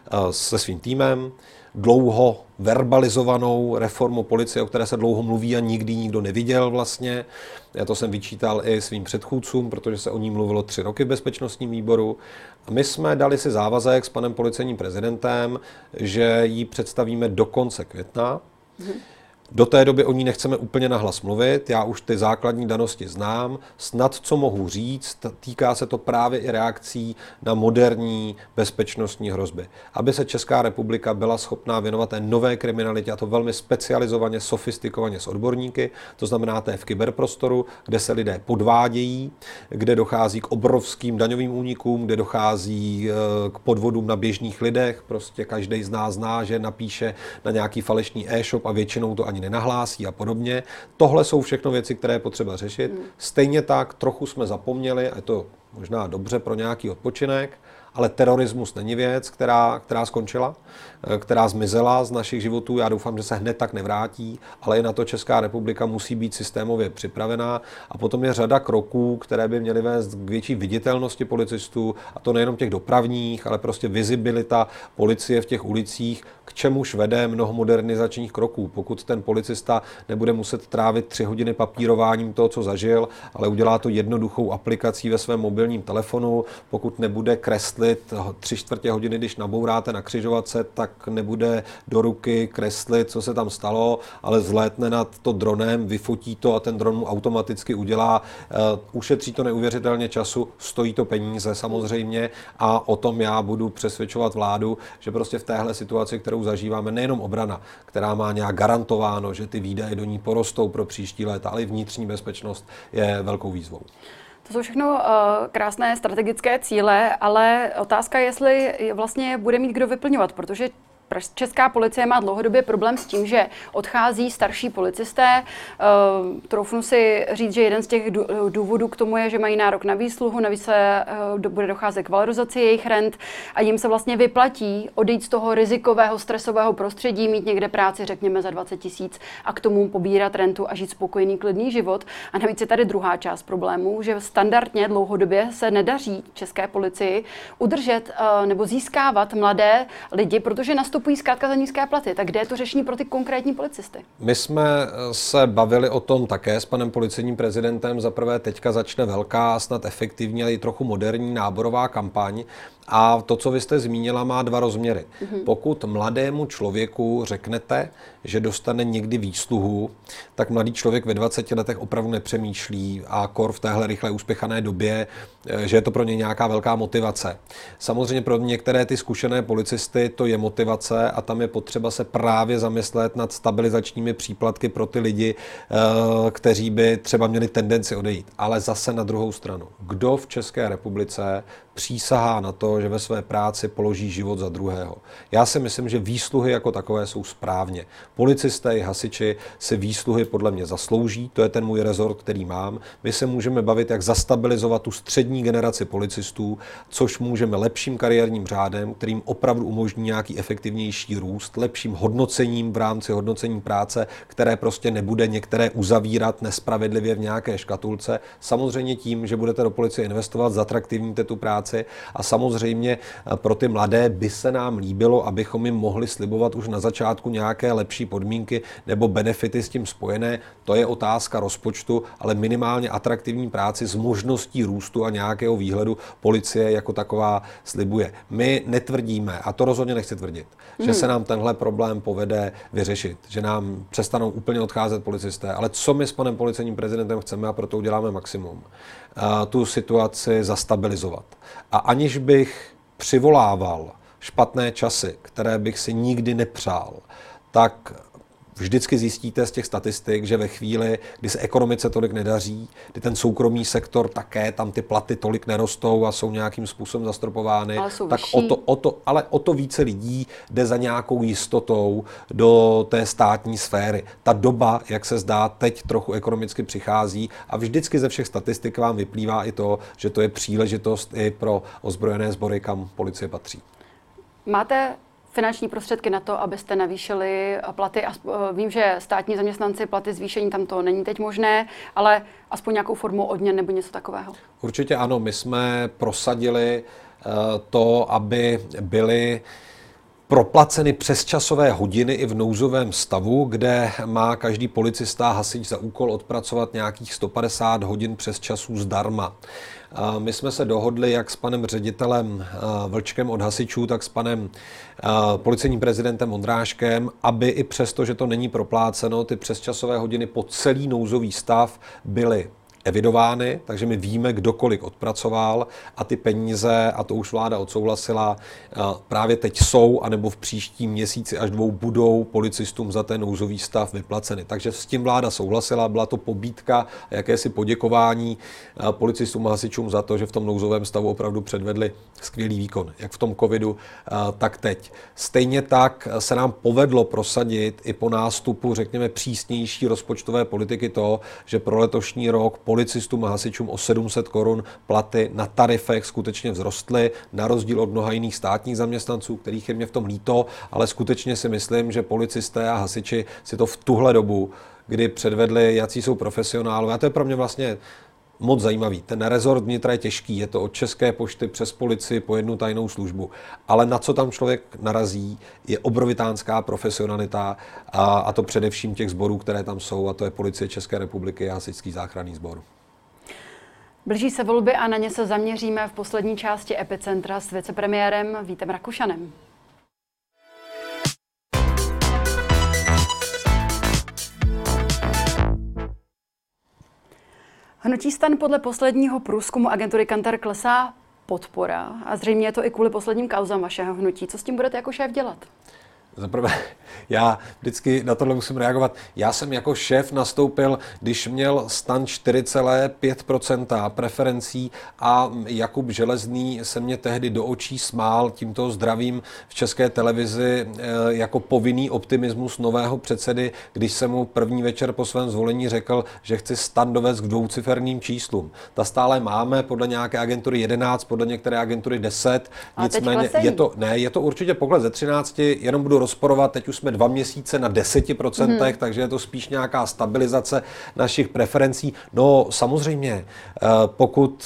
se svým týmem dlouho verbalizovanou reformu policie, o které se dlouho mluví a nikdy nikdo neviděl vlastně. Já to jsem vyčítal i svým předchůdcům, protože se o ní mluvilo tři roky v bezpečnostním výboru. A my jsme dali si závazek s panem policejním prezidentem, že ji představíme do konce května. Mhm. Do té doby o ní nechceme úplně nahlas mluvit, já už ty základní danosti znám, snad co mohu říct, týká se to právě i reakcí na moderní bezpečnostní hrozby. Aby se Česká republika byla schopná věnovat té nové kriminalitě, a to velmi specializovaně, sofistikovaně s odborníky, to znamená té v kyberprostoru, kde se lidé podvádějí, kde dochází k obrovským daňovým únikům, kde dochází k podvodům na běžných lidech, prostě každý z nás zná, že napíše na nějaký falešný e-shop a většinou to ani nenahlásí a podobně. Tohle jsou všechno věci, které je potřeba řešit. Hmm. Stejně tak trochu jsme zapomněli, a je to možná dobře pro nějaký odpočinek, ale terorismus není věc, která, která skončila, která zmizela z našich životů. Já doufám, že se hned tak nevrátí, ale i na to Česká republika musí být systémově připravená. A potom je řada kroků, které by měly vést k větší viditelnosti policistů, a to nejenom těch dopravních, ale prostě vizibilita policie v těch ulicích, k čemuž vede mnoho modernizačních kroků. Pokud ten policista nebude muset trávit tři hodiny papírováním toho, co zažil, ale udělá to jednoduchou aplikací ve svém mobilním telefonu, pokud nebude kreslit tři čtvrtě hodiny, když nabouráte na křižovatce, tak nebude do ruky kreslit, co se tam stalo, ale zlétne nad to dronem, vyfotí to a ten dron mu automaticky udělá. Uh, ušetří to neuvěřitelně času, stojí to peníze samozřejmě a o tom já budu přesvědčovat vládu, že prostě v téhle situaci, kterou zažíváme, nejenom obrana, která má nějak garantováno, že ty výdaje do ní porostou pro příští léta, ale i vnitřní bezpečnost je velkou výzvou. To jsou všechno uh, krásné strategické cíle, ale otázka je, jestli vlastně bude mít kdo vyplňovat, protože Česká policie má dlouhodobě problém s tím, že odchází starší policisté. Uh, troufnu si říct, že jeden z těch důvodů k tomu je, že mají nárok na výsluhu, navíc se uh, bude docházet k valorizaci jejich rent a jim se vlastně vyplatí odejít z toho rizikového, stresového prostředí, mít někde práci, řekněme, za dvacet tisíc a k tomu pobírat rentu a žít spokojený, klidný život. A navíc je tady druhá část problému, že standardně dlouhodobě se nedaří České policii udržet uh, nebo získávat mladé lidi, protože nastupují zkrátka za nízké platy. Tak kde je to řešení pro ty konkrétní policisty? My jsme se bavili o tom také s panem policejním prezidentem. Za prvé teďka začne velká, snad efektivní, ale i trochu moderní náborová kampaň. A to, co vy jste zmínila, má dva rozměry. Mm-hmm. Pokud mladému člověku řeknete, že dostane někdy výsluhu, tak mladý člověk ve dvaceti letech opravdu nepřemýšlí a kor v téhle rychle uspěchané době, že je to pro ně nějaká velká motivace. Samozřejmě pro některé ty zkušené policisty to je motivace a tam je potřeba se právě zamyslet nad stabilizačními příplatky pro ty lidi, kteří by třeba měli tendenci odejít. Ale zase na druhou stranu, kdo v České republice přísahá na to, že ve své práci položí život za druhého. Já si myslím, že výsluhy jako takové jsou správně. Policisté i hasiči si výsluhy podle mě zaslouží, to je ten můj rezort, který mám. My se můžeme bavit, jak zastabilizovat tu střední generaci policistů, což můžeme lepším kariérním řádem, kterým opravdu umožní nějaký efektivnější růst, lepším hodnocením v rámci hodnocení práce, které prostě nebude některé uzavírat nespravedlivě v nějaké škatulce. Samozřejmě tím, že budete do policie investovat, zatraktivníte tu práci a samozřejmě pro ty mladé by se nám líbilo, abychom jim mohli slibovat už na začátku nějaké lepší podmínky nebo benefity s tím spojené. To je otázka rozpočtu, ale minimálně atraktivní práci s možností růstu a nějakého výhledu policie jako taková slibuje. My netvrdíme, a to rozhodně nechci tvrdit, mm. že se nám tenhle problém povede vyřešit, že nám přestanou úplně odcházet policisté, ale co my s panem policejním prezidentem chceme a proto uděláme maximum, tu situaci zastabilizovat. A aniž bych přivolával špatné časy, které bych si nikdy nepřál, tak vždycky zjistíte z těch statistik, že ve chvíli, kdy se ekonomice tolik nedaří, kdy ten soukromý sektor také, tam ty platy tolik nerostou a jsou nějakým způsobem zastropovány, tak o to, o to, ale o to více lidí jde za nějakou jistotou do té státní sféry. Ta doba, jak se zdá, teď trochu ekonomicky přichází a vždycky ze všech statistik vám vyplývá i to, že to je příležitost i pro ozbrojené sbory, kam policie patří. Máte finanční prostředky na to, abyste navýšili platy? Vím, že státní zaměstnanci platy zvýšení tam to není teď možné, ale aspoň nějakou formu odměn nebo něco takového? Určitě ano, my jsme prosadili to, aby byly proplaceny přesčasové hodiny i v nouzovém stavu, kde má každý policista a hasič za úkol odpracovat nějakých sto padesát hodin přesčasů zdarma. My jsme se dohodli jak s panem ředitelem Vlčkem od hasičů, tak s panem policejním prezidentem Ondráškem, aby i přesto, že to není propláceno, ty přesčasové hodiny po celý nouzový stav byly evidovány, takže my víme, kdo kolik odpracoval a ty peníze, a to už vláda odsouhlasila, právě teď jsou, anebo v příštím měsíci až dvou budou policistům za ten nouzový stav vyplaceny. Takže s tím vláda souhlasila, byla to pobídka a jakési poděkování policistům a hasičům za to, že v tom nouzovém stavu opravdu předvedli skvělý výkon, jak v tom covidu, tak teď. Stejně tak se nám povedlo prosadit i po nástupu, řekněme, přísnější rozpočtové politiky to, že pro letošní rok policistům a hasičům o sedm set korun platy na tarifech skutečně vzrostly, na rozdíl od mnoha jiných státních zaměstnanců, kterých je mě v tom líto, ale skutečně si myslím, že policisté a hasiči si to v tuhle dobu, kdy předvedli, jací jsou profesionálové, a to je pro mě vlastně moc zajímavý. Ten rezort vnitra je těžký, je to od České pošty přes policii po jednu tajnou službu, ale na co tam člověk narazí, je obrovitánská profesionalita a, a to především těch sborů, které tam jsou, a to je Policie České republiky a Hasičský záchranný sbor. Blíží se volby a na ně se zaměříme v poslední části Epicentra s vicepremiérem Vítem Rakušanem. Hnutí STAN podle posledního průzkumu agentury Kantar klesá podpora a zřejmě je to i kvůli posledním kauzám vašeho hnutí. Co s tím budete jako šéf dělat? Zaprvé, já vždycky na tohle musím reagovat. Já jsem jako šéf nastoupil, když měl STAN čtyři celá pět procenta preferencí a Jakub Železný se mě tehdy do očí smál tímto zdravím v České televizi jako povinný optimismus nového předsedy, když jsem mu první večer po svém zvolení řekl, že chci STAN dovést k dvouciferným číslům. Ta stále máme podle nějaké agentury jedenáct, podle některé agentury deset. Nicméně je to, ne, je to určitě pokles ze třinácti, jenom budu rozporovat, teď už jsme dva měsíce na deseti procentech, hmm. takže je to spíš nějaká stabilizace našich preferencí. No samozřejmě, pokud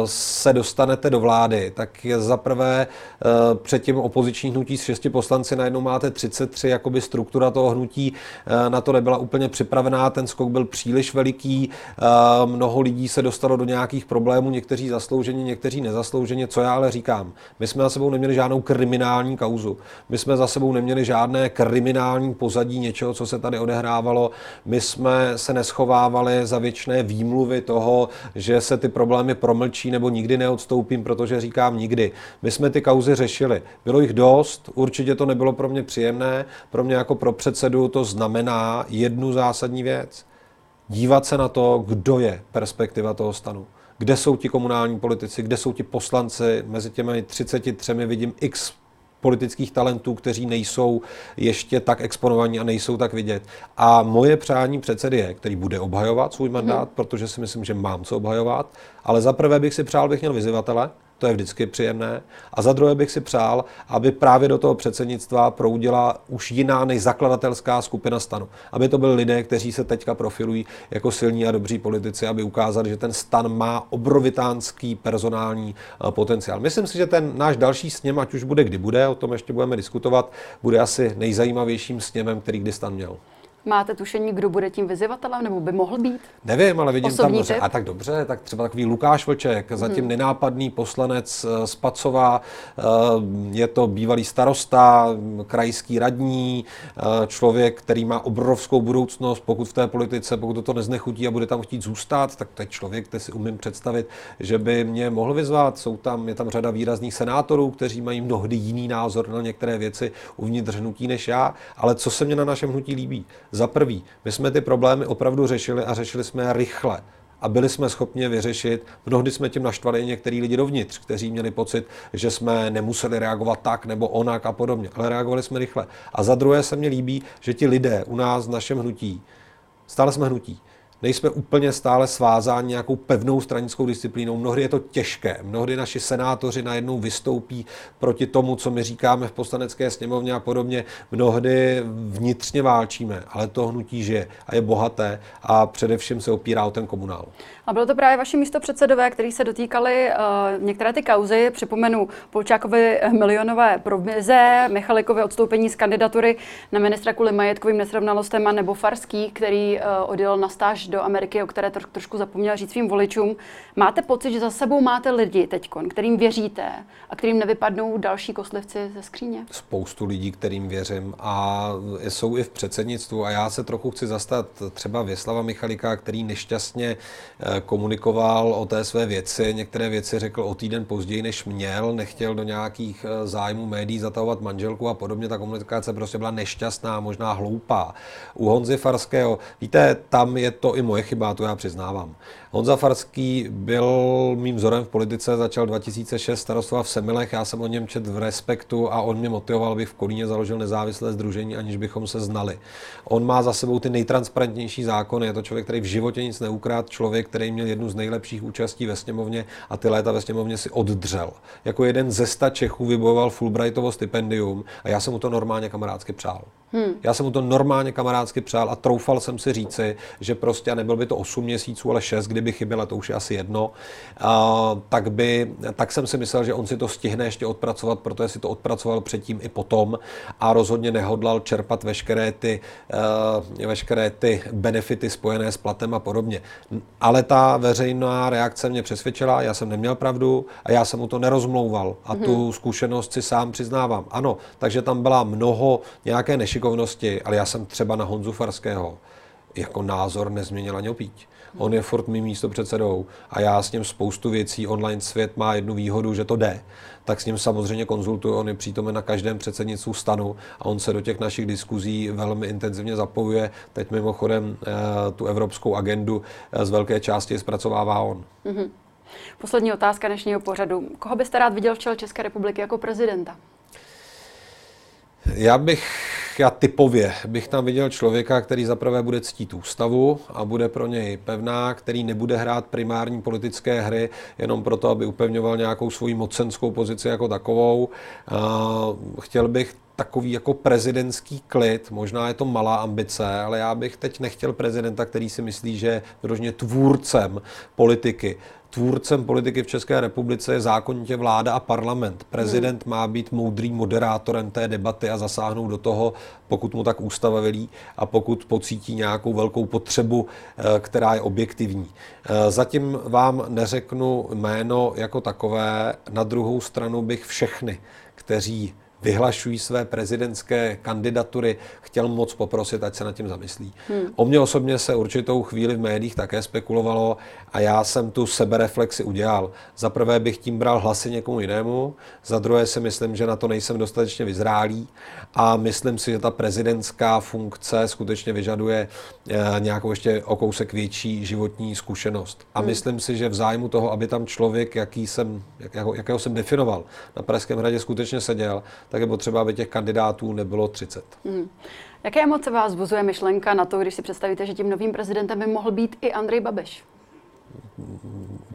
se dostanete do vlády, tak je zaprvé předtím opoziční hnutí s šesti poslanci, najednou máte třicet tři, jakoby struktura toho hnutí na to nebyla úplně připravená, ten skok byl příliš veliký, mnoho lidí se dostalo do nějakých problémů, někteří zaslouženě, někteří nezaslouženě, co já ale říkám. My jsme za sebou neměli žádnou kriminální kauzu, my jsme za sebou neměli žádné kriminální pozadí něčeho, co se tady odehrávalo. My jsme se neschovávali za věčné výmluvy toho, že se ty problémy promlčí nebo nikdy neodstoupím, protože říkám nikdy. My jsme ty kauzy řešili. Bylo jich dost, určitě to nebylo pro mě příjemné. Pro mě jako pro předsedu to znamená jednu zásadní věc. Dívat se na to, kdo je perspektiva toho STANu. Kde jsou ti komunální politici, kde jsou ti poslanci, mezi těmi třiceti třemi vidím x politických talentů, kteří nejsou ještě tak exponovaní a nejsou tak vidět. A moje přání předsedy je, který bude obhajovat svůj mandát, hmm. protože si myslím, že mám co obhajovat, ale za prvé bych si přál, bych měl vyzývatele, to je vždycky příjemné, a za druhé bych si přál, aby právě do toho předsednictva proudila už jiná než zakladatelská skupina STANu. Aby to byli lidé, kteří se teďka profilují jako silní a dobří politici, aby ukázali, že ten STAN má obrovitánský personální potenciál. Myslím si, že ten náš další sněm, ať už bude kdy bude, o tom ještě budeme diskutovat, bude asi nejzajímavějším sněmem, který kdy STAN měl. Máte tušení, kdo bude tím vyzývatelem, nebo by mohl být? Nevím, ale vidím Osobní tam... typ? A tak dobře, tak třeba takový Lukáš Vlček, zatím hmm. nenápadný poslanec z Pacova, je to bývalý starosta, krajský radní, člověk, který má obrovskou budoucnost, pokud v té politice, pokud to neznechutí a bude tam chtít zůstat, tak to je člověk, který si umím představit, že by mě mohl vyzvat. Jsou tam, je tam řada výrazných senátorů, kteří mají mnohdy jiný názor na některé věci uvnitř hnutí než já, ale co se mně na našem hnutí líbí? Za prvý, my jsme ty problémy opravdu řešili a řešili jsme je rychle. A byli jsme schopni je vyřešit. Mnohdy jsme tím naštvali některý lidi dovnitř, kteří měli pocit, že jsme nemuseli reagovat tak nebo onak a podobně, ale reagovali jsme rychle. A za druhé se mně líbí, že ti lidé u nás v našem hnutí, stále jsme hnutí, nejsme úplně stále svázáni nějakou pevnou stranickou disciplínou. Mnohdy je to těžké. Mnohdy naši senátoři najednou vystoupí proti tomu, co my říkáme v poslanecké sněmovně a podobně. Mnohdy vnitřně válčíme, ale to hnutí žije a je bohaté a především se opírá o ten komunál. A bylo to právě vaši místopředsedové, kteří se dotýkali uh, některé ty kauzy. Připomenu Polčákovi milionové provize, Michalikovi odstoupení z kandidatury na ministra kvůli majetkovým nesrovnalostem a nebo Farský, který uh, odjel na stáž do Ameriky, o které tro- trošku zapomněl říct svým voličům. Máte pocit, že za sebou máte lidi teďkon, kterým věříte a kterým nevypadnou další kostlivci ze skříně? Spoustu lidí, kterým věřím a jsou i v předsednictvu a já se trochu chci zastat třeba Věslava Michalika, který nešťastně komunikoval o té své věci. Některé věci řekl o týden později, než měl, nechtěl do nějakých zájmů médií zatahovat manželku a podobně. Ta komunikace prostě byla nešťastná, možná hloupá. U Honzy Farského, víte, tam je to i moje chyba, to já přiznávám. Honza Farský byl mým vzorem v politice, začal dva tisíce šest starostovat v Semilech, já jsem o něm četl v Respektu a on mě motivoval, abych v Kolíně založil nezávislé sdružení, aniž bychom se znali. On má za sebou ty nejtransparentnější zákony, je to člověk, který v životě nic neukradl, člověk, který měl jednu z nejlepších účastí ve sněmovně a ty léta ve sněmovně si oddřel. Jako jeden ze sta Čechů vybojoval Fulbrightovo stipendium a já jsem mu to normálně kamarádsky přál. Hmm. Já jsem mu to normálně kamarádsky přál a troufal jsem si říci, že prostě, a nebyl by to osm měsíců, ale šest, kdyby chyběla, to už je asi jedno, a, tak, by, tak jsem si myslel, že on si to stihne ještě odpracovat, protože si to odpracoval předtím i potom a rozhodně nehodlal čerpat veškeré ty, uh, veškeré ty benefity spojené s platem a podobně. Ale ta veřejná reakce mě přesvědčila, já jsem neměl pravdu a já jsem mu to nerozmlouval a hmm. tu zkušenost si sám přiznávám. Ano, takže tam byla mnoho nějaké nešikovnosti, ale já jsem třeba na Honzu Farského jako názor nezměnil ani opíť. On je furt mým místopředsedou a já s ním spoustu věcí, online svět má jednu výhodu, že to jde. Tak s ním samozřejmě konzultuju, on je přítomen na každém předsednictvu stanu a on se do těch našich diskuzí velmi intenzivně zapojuje. Teď mimochodem tu evropskou agendu z velké části zpracovává on. Mm-hmm. Poslední otázka dnešního pořadu. Koho byste rád viděl v čele České republiky jako prezidenta? Já bych, já typově bych tam viděl člověka, který zaprvé bude ctít ústavu a bude pro něj pevná, který nebude hrát primární politické hry jenom proto, aby upevňoval nějakou svoji mocenskou pozici jako takovou. Chtěl bych takový jako prezidentský klid, možná je to malá ambice, ale já bych teď nechtěl prezidenta, který si myslí, že je vyloženě tvůrcem politiky. Tvůrcem politiky v České republice je zákonitě vláda a parlament. Prezident hmm. má být moudrým moderátorem té debaty a zasáhnout do toho, pokud mu tak ústava velí a pokud pocítí nějakou velkou potřebu, která je objektivní. Zatím vám neřeknu jméno jako takové, na druhou stranu bych všechny, kteří vyhlašují své prezidentské kandidatury, chtěl moc poprosit, ať se nad tím zamyslí. Hmm. O mě osobně se určitou chvíli v médiích také spekulovalo a já jsem tu sebereflexi udělal. Za prvé bych tím bral hlasy někomu jinému, za druhé si myslím, že na to nejsem dostatečně vyzrálý a myslím si, že ta prezidentská funkce skutečně vyžaduje eh, nějakou ještě o kousek větší životní zkušenost. A hmm. myslím si, že v zájmu toho, aby tam člověk, jaký jsem, jak, jakého jsem definoval, na Pražském hradě skutečně seděl, tak je potřeba, aby těch kandidátů nebylo třicet. Hmm. Jaké emoce vás vzbuzuje myšlenka na to, když si představíte, že tím novým prezidentem by mohl být i Andrej Babiš?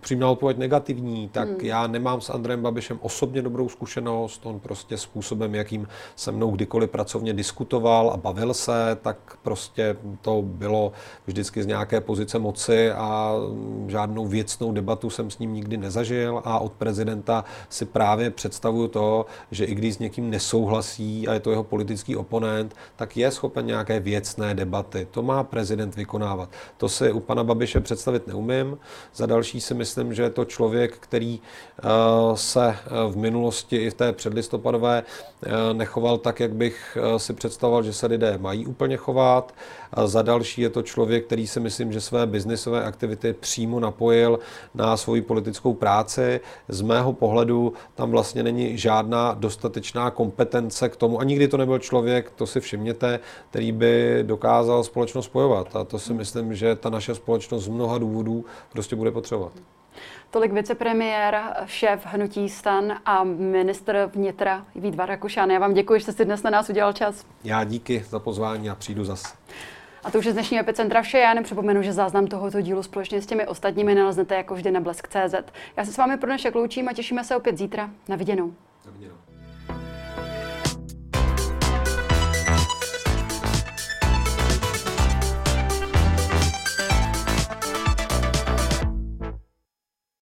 upřímná odpověď negativní, tak hmm. já nemám s Andrejem Babišem osobně dobrou zkušenost. On prostě způsobem, jakým se mnou kdykoliv pracovně diskutoval a bavil se, tak prostě to bylo vždycky z nějaké pozice moci a žádnou věcnou debatu jsem s ním nikdy nezažil a od prezidenta si právě představuju to, že i když s někým nesouhlasí a je to jeho politický oponent, tak je schopen nějaké věcné debaty. To má prezident vykonávat. To si u pana Babiše představit neumím. Za další si myslím, že je to člověk, který uh, se v minulosti i v té předlistopadové uh, nechoval tak, jak bych uh, si představoval, že se lidé mají úplně chovat. Uh, za další je to člověk, který si myslím, že své biznisové aktivity přímo napojil na svoji politickou práci. Z mého pohledu tam vlastně není žádná dostatečná kompetence k tomu, a nikdy to nebyl člověk, to si všimněte, který by dokázal společnost spojovat. A to si myslím, že ta naše společnost z mnoha důvodů prostě bude potřebovat. Tolik vicepremiér, šéf hnutí STAN a ministr vnitra Vít Rakušan. Já vám děkuji, že jste si dnes na nás udělal čas. Já díky za pozvání a přijdu zas. A to už je z dnešního Epicentra vše. Já jenom připomenu, že záznam tohoto dílu společně s těmi ostatními naleznete jako vždy na blesk tečka cé zet. Já se s vámi pro dnešek loučím a těšíme se opět zítra. Na viděnou. Na viděnou.